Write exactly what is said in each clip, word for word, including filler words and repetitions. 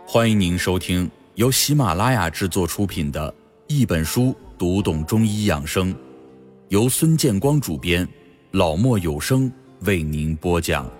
欢迎您收听由喜马拉雅制作出品的一本书读懂中医养生，由孙建光主编，老莫有声为您播讲。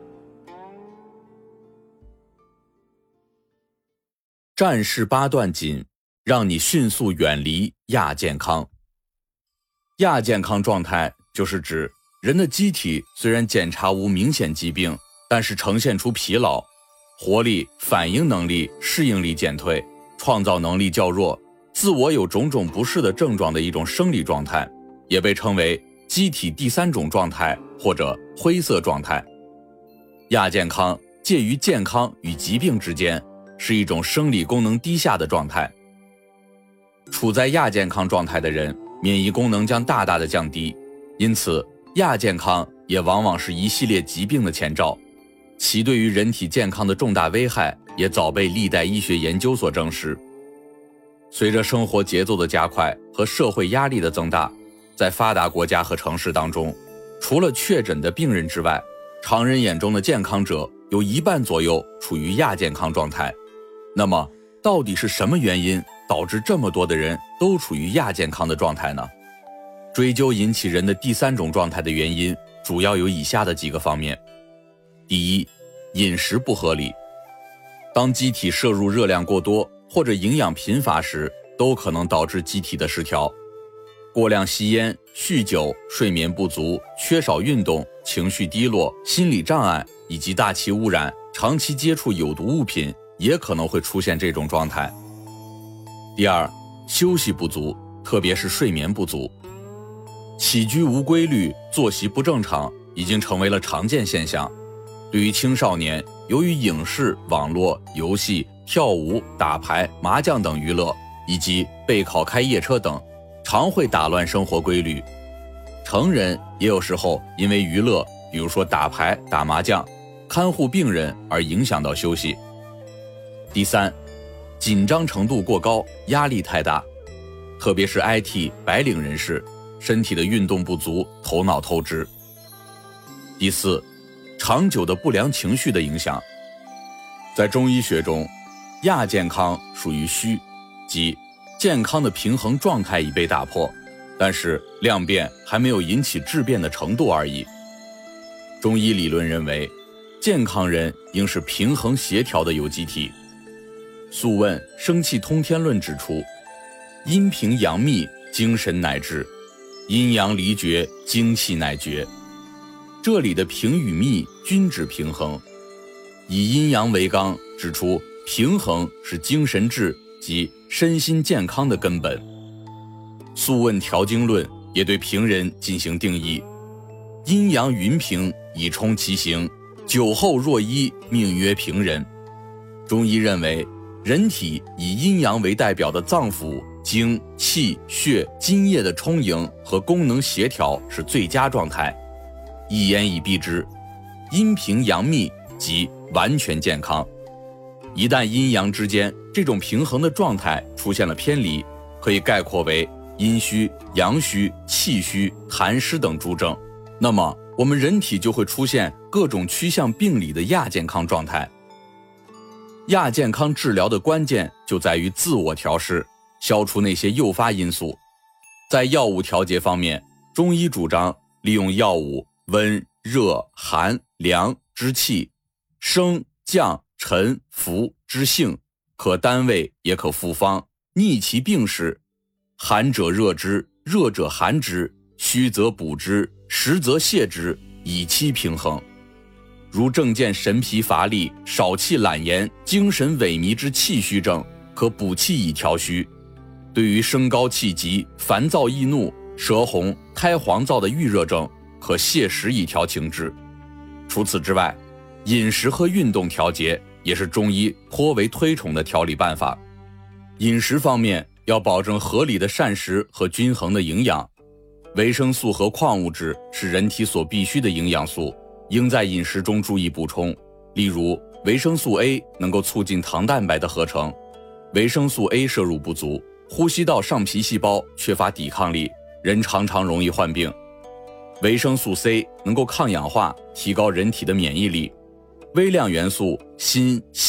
战事八段锦，让你迅速远离亚健康。亚健康状态就是指人的机体虽然检查无明显疾病，但是呈现出疲劳、活力、反应能力、适应力减退，创造能力较弱，自我有种种不适的症状的一种生理状态，也被称为机体第三种状态或者灰色状态。亚健康介于健康与疾病之间，是一种生理功能低下的状态。处在亚健康状态的人，免疫功能将大大的降低，因此亚健康也往往是一系列疾病的前兆，其对于人体健康的重大危害也早被历代医学研究所证实。随着生活节奏的加快和社会压力的增大，在发达国家和城市当中，除了确诊的病人之外，常人眼中的健康者有一半左右处于亚健康状态。那么到底是什么原因导致这么多的人都处于亚健康的状态呢？追究引起人的第三种状态的原因，主要有以下的几个方面。第一，饮食不合理。当机体摄入热量过多或者营养贫乏时，都可能导致机体的失调。过量吸烟、酗酒、睡眠不足、缺少运动、情绪低落、心理障碍以及大气污染、长期接触有毒物品，也可能会出现这种状态。第二，休息不足，特别是睡眠不足。起居无规律，作息不正常，已经成为了常见现象。对于青少年，由于影视、网络、游戏、跳舞、打牌、麻将等娱乐，以及备考开夜车等，常会打乱生活规律。成人也有时候因为娱乐，比如说打牌、打麻将、看护病人而影响到休息。第三，紧张程度过高，压力太大，特别是 I T 白领人士，身体的运动不足，头脑透支。第四，长久的不良情绪的影响。在中医学中，亚健康属于虚，即健康的平衡状态已被打破，但是量变还没有引起质变的程度而已。中医理论认为，健康人应是平衡协调的有机体。素问《生气通天论》指出，阴平阳秘，精神乃治；阴阳离绝，精气乃绝。这里的平与秘均指平衡，以阴阳为纲，指出平衡是精神治及身心健康的根本。素问调经论也对平人进行定义，阴阳匀平，以充其形，酒后若一，命曰平人。中医认为，人体以阴阳为代表的脏腑、精、气、血、津液的充盈和功能协调是最佳状态。一言以蔽之，阴平阳秘即完全健康。一旦阴阳之间这种平衡的状态出现了偏离，可以概括为阴虚、阳虚、气虚、痰湿等诸症，那么我们人体就会出现各种趋向病理的亚健康状态。亚健康治疗的关键就在于自我调试，消除那些诱发因素。在药物调节方面，中医主张利用药物温、热、寒、凉之气，升、降、沉、浮之性，可单味也可复方，逆其病势。寒者热之，热者寒之，虚则补之，实则泻之，以期平衡。如正见神疲乏力、少气懒言、精神萎靡之气虚症，可补气以调虚；对于升高气急、烦躁易怒、舌红、苔黄燥的郁热症，可泻食以调情志。除此之外，饮食和运动调节也是中医颇为推崇的调理办法。饮食方面，要保证合理的膳食和均衡的营养。维生素和矿物质是人体所必需的营养素，应在饮食中注意补充。例如，维生素 A 能够促进糖蛋白的合成，维生素 A 摄入不足，呼吸道上皮细胞缺乏抵抗力，人常常容易患病。维生素 C 能够抗氧化，提高人体的免疫力。微量元素锌、硒、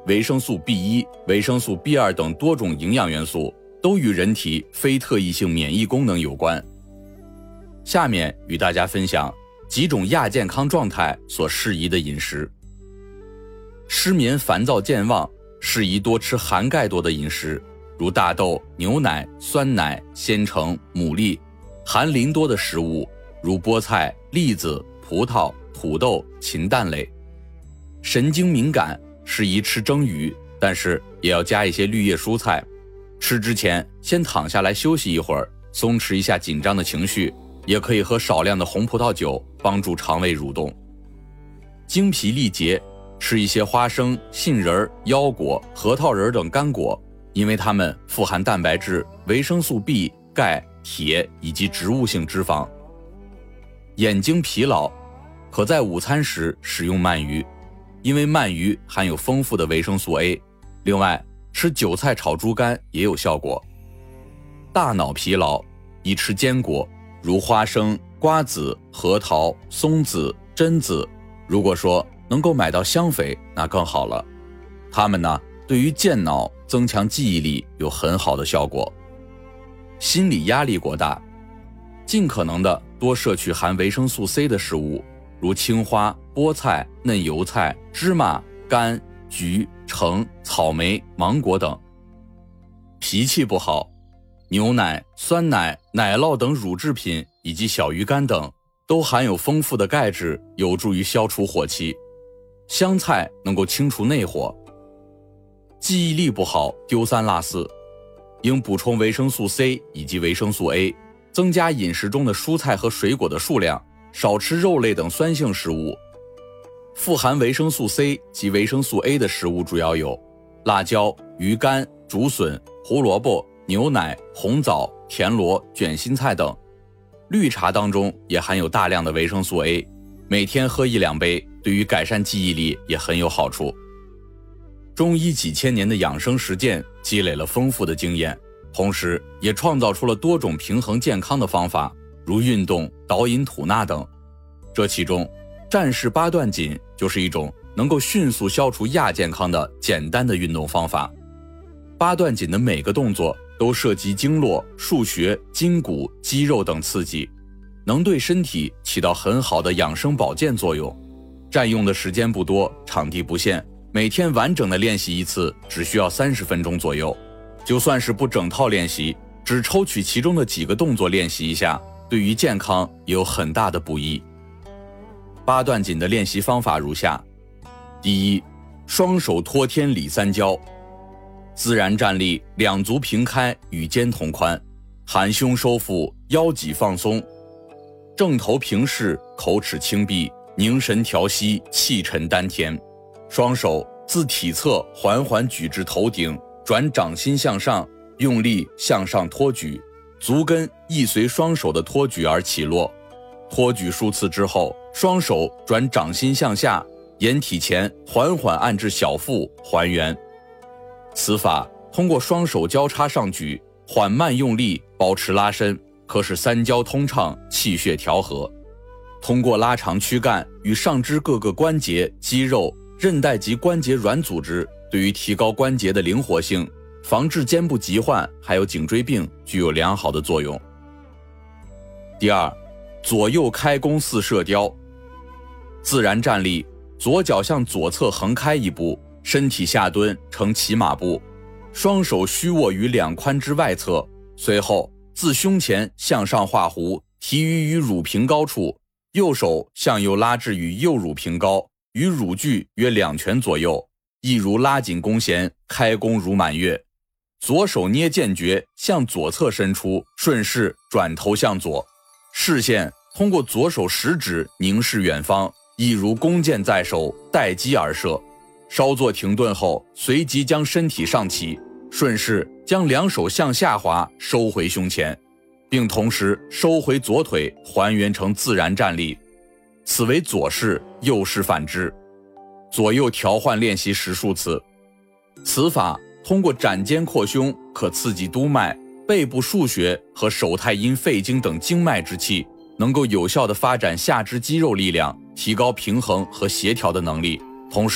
维生素 B 一、维生素 B 二 等多种营养元素都与人体非特异性免疫功能有关。下面与大家分享几种亚健康状态所适宜的饮食。失眠、烦躁、健忘，适宜多吃含钙多的饮食，如大豆、牛奶、酸奶、鲜橙、牡蛎；含磷多的食物，如菠菜、栗子、葡萄、土豆、禽蛋类。神经敏感，适宜吃蒸鱼，但是也要加一些绿叶蔬菜。吃之前先躺下来休息一会儿，松弛一下紧张的情绪，也可以喝少量的红葡萄酒，帮助肠胃蠕动。精疲力竭，吃一些花生、杏仁、腰果、核桃仁等干果，因为它们富含蛋白质、维生素 B、钙、铁以及植物性脂肪。眼睛疲劳，可在午餐时食用鳗鱼，因为鳗鱼含有丰富的维生素 A。 另外，吃韭菜炒猪肝也有效果。大脑疲劳，宜吃坚果，如花生、瓜子、核桃、松子、榛子。如果说能够买到香肥，那更好了。它们呢，对于健脑、增强记忆力有很好的效果。心理压力过大，尽可能的多摄取含维生素 C 的食物，如青花、菠菜、嫩油菜、芝麻、柑、橘、橙、草莓、芒果等。脾气不好，牛奶、酸奶、奶酪等乳制品以及小鱼干等都含有丰富的钙质，有助于消除火气。香菜能够清除内火。记忆力不好，丢三落四，应补充维生素 C 以及维生素 A， 增加饮食中的蔬菜和水果的数量，少吃肉类等酸性食物。富含维生素 C 及维生素 A 的食物主要有辣椒、鱼干、竹笋、胡萝卜、牛奶、红枣、田螺、卷心菜等。绿茶当中也含有大量的维生素 A， 每天喝一两杯，对于改善记忆力也很有好处。中医几千年的养生实践积累了丰富的经验，同时也创造出了多种平衡健康的方法，如运动、导引吐纳等。这其中，战士八段锦就是一种能够迅速消除亚健康的简单的运动方法。八段锦的每个动作都涉及经络、腧穴、筋骨、肌肉等刺激，能对身体起到很好的养生保健作用。占用的时间不多，场地不限，每天完整的练习一次只需要三十分钟左右。就算是不整套练习，只抽取其中的几个动作练习一下，对于健康也有很大的裨益。八段锦的练习方法如下：第一，双手托天理三交，自然站立，两足平开，与肩同宽，含胸收腹，腰脊放松，正头平视，口齿轻闭，凝神调息，气沉丹田。双手自体侧缓缓举至头顶，转掌心向上，用力向上托举，足跟亦随双手的托举而起落。托举数次之后，双手转掌心向下，沿体前缓缓按至小腹，还原。此法通过双手交叉上举，缓慢用力，保持拉伸，可使三焦通畅，气血调和。通过拉长躯干与上肢各个关节、肌肉、韧带及关节软组织，对于提高关节的灵活性，防治肩部疾患还有颈椎病具有良好的作用。第二，左右开弓似射雕，自然站立，左脚向左侧横开一步，身体下蹲呈骑马步，双手虚握于两髋之外侧，随后自胸前向上画弧，提于与乳平高处，右手向右拉至与右乳平高，与乳距约两拳左右，亦如拉紧弓弦，开弓如满月。左手捏剑诀向左侧伸出，顺势转头向左，视线通过左手食指凝视远方，亦如弓箭在手，待击而射。稍作停顿后，随即将身体上起，顺势将两手向下滑，收回胸前，并同时收回左腿，还原成自然站立。此为左式，右式反之，左右调换练习十数次。此法通过展肩扩胸，可刺激督脉、背部腧穴和手太阴肺经等经脉之气，能够有效地发展下肢肌肉力量，提高平衡和协调的能力，同时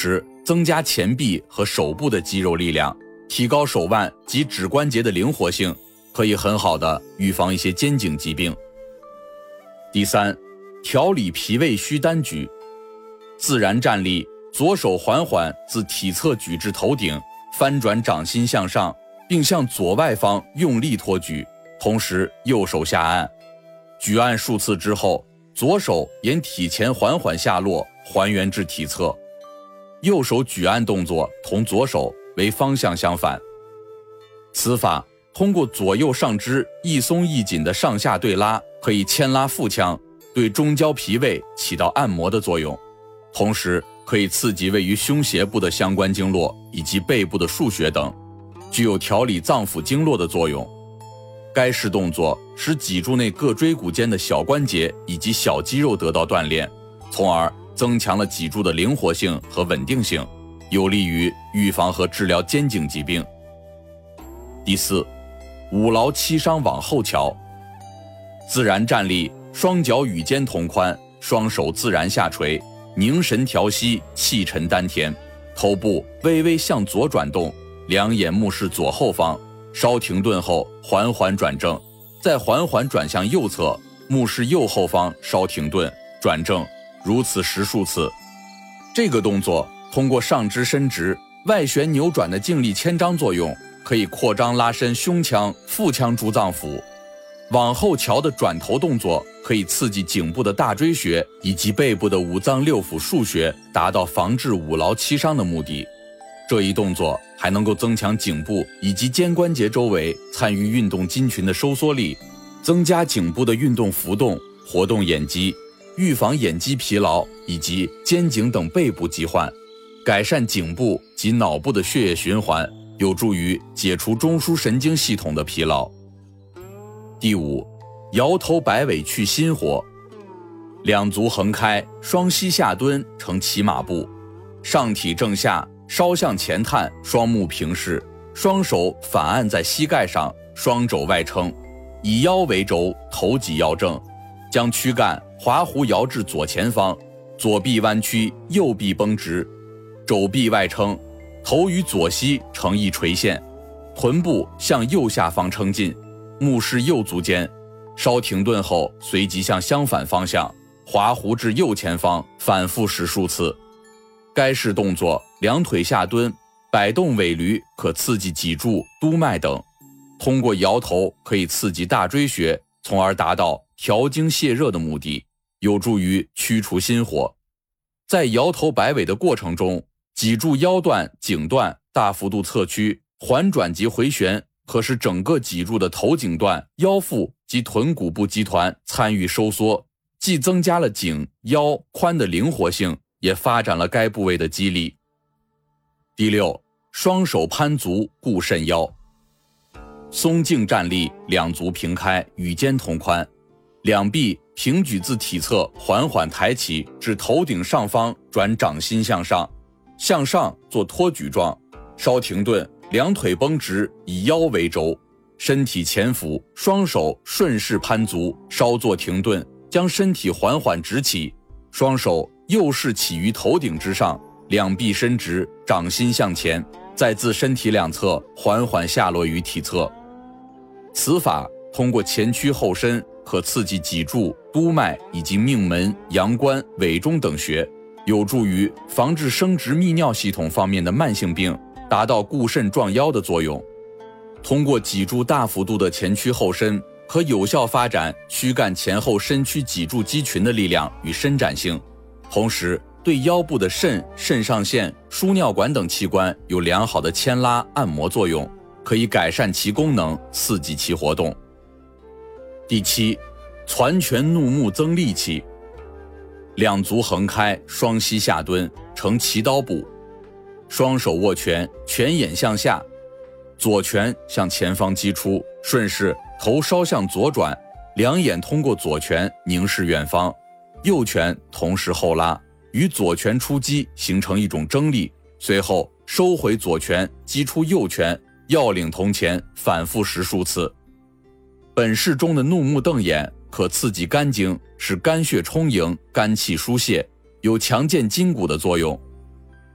增加前臂和手部的肌肉力量，提高手腕及指关节的灵活性，可以很好的预防一些肩颈疾病。第三，调理脾胃虚单举。自然站立，左手缓缓自体侧举至头顶，翻转掌心向上，并向左外方用力托举，同时右手下按。举按数次之后，左手沿体前缓缓下落，还原至体侧。右手举按动作同左手为方向相反。此法通过左右上肢一松一紧的上下对拉，可以牵拉腹腔，对中焦脾胃起到按摩的作用，同时可以刺激位于胸胁部的相关经络以及背部的腧穴等，具有调理脏腑经络的作用。该式动作使脊柱内各椎骨间的小关节以及小肌肉得到锻炼，从而增强了脊柱的灵活性和稳定性，有利于预防和治疗肩颈疾病。第四，五劳七伤往后翘。自然站立，双脚与肩同宽，双手自然下垂，凝神调息，气沉丹田，头部微微向左转动，两眼目视左后方，稍停顿后缓缓转正，再缓缓转向右侧，目视右后方，稍停顿，转正，如此十数次。这个动作通过上肢伸直、外旋扭转的静力牵张作用，可以扩张拉伸胸腔、腹腔诸脏腑。往后翘的转头动作可以刺激颈部的大椎穴以及背部的五脏六腑腧穴，达到防治五劳七伤的目的。这一动作还能够增强颈部以及肩关节周围参与运动筋群的收缩力，增加颈部的运动浮动，活动眼肌，预防眼肌疲劳以及肩颈等背部疾患，改善颈部及脑部的血液循环，有助于解除中枢神经系统的疲劳。第五，摇头摆尾去心火。两足横开，双膝下蹲成骑马步，上体正下，稍向前探，双目平视，双手反按在膝盖上，双肘外撑，以腰为轴，头脊腰正，将躯干滑弧摇至左前方，左臂弯曲，右臂绷直，肘臂外撑，头与左膝成一垂线，臀部向右下方撑进，目视右足尖，稍停顿后随即向相反方向滑弧至右前方，反复十数次。该式动作两腿下蹲，摆动尾闾，可刺激脊柱、督脉等，通过摇头可以刺激大椎穴，从而达到调经泄热的目的，有助于驱除心火。在摇头摆尾的过程中，脊柱腰段、颈段大幅度侧屈、缓转及回旋，可使整个脊柱的头颈段、腰腹及臀股部集团参与收缩，既增加了颈、腰、髋的灵活性，也发展了该部位的肌力。第六，双手攀足固肾腰。松静站立，两足平开，与肩同宽，两臂平举自体侧缓缓抬起至头顶上方，转掌心向上，向上做托举状，稍停顿，两腿绷直，以腰为轴，身体前俯，双手顺势攀足，稍作停顿，将身体缓缓直起，双手右势起于头顶之上，两臂伸直，掌心向前，再自身体两侧缓缓下落于体侧。此法通过前屈后伸，可刺激脊柱、督脉以及命门、阳关、委中等穴，有助于防治生殖泌尿系统方面的慢性病，达到固肾壮腰的作用。通过脊柱大幅度的前屈后伸，可有效发展躯干前后伸曲脊柱肌群的力量与伸展性，同时对腰部的肾、肾上腺、输尿管等器官有良好的牵拉按摩作用，可以改善其功能，刺激其活动。第七，攒拳怒目增力气。两足横开，双膝下蹲成祈祷步，双手握拳，拳眼向下，左拳向前方击出，顺势头稍向左转，两眼通过左拳凝视远方，右拳同时后拉，与左拳出击形成一种张力，随后收回左拳击出右拳，要领同前，反复十数次。本式中的怒目瞪眼可刺激肝经，使肝血充盈，肝气疏泄，有强健筋骨的作用。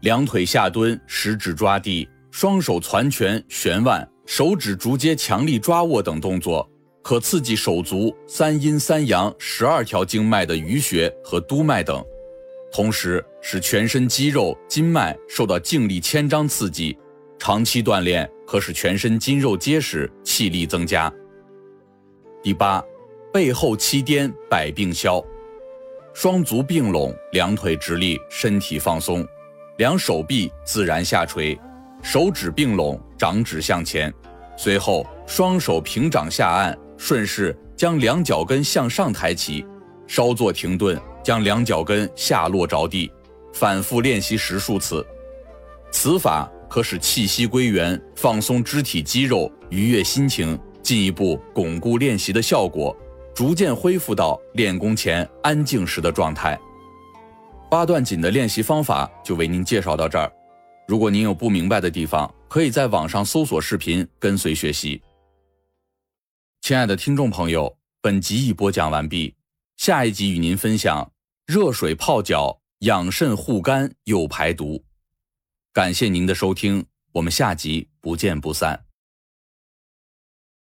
两腿下蹲，食指抓地，双手攒拳旋腕，手指逐接强力抓握等动作，可刺激手足三阴三阳十二条经脉的俞穴和督脉等，同时使全身肌肉筋脉受到静力牵张刺激，长期锻炼可使全身筋肉结实，气力增加。第八，背后七颠，百病消。双足并拢，两腿直立，身体放松，两手臂自然下垂，手指并拢，掌指向前，随后双手平掌下按，顺势将两脚跟向上抬起，稍作停顿，将两脚跟下落着地，反复练习十数次。此法可使气息归元，放松肢体肌肉，愉悦心情，进一步巩固练习的效果，逐渐恢复到练功前安静时的状态。八段锦的练习方法就为您介绍到这儿，如果您有不明白的地方，可以在网上搜索视频跟随学习。亲爱的听众朋友，本集已播讲完毕，下一集与您分享热水泡脚，养肾护肝又排毒。感谢您的收听，我们下集不见不散。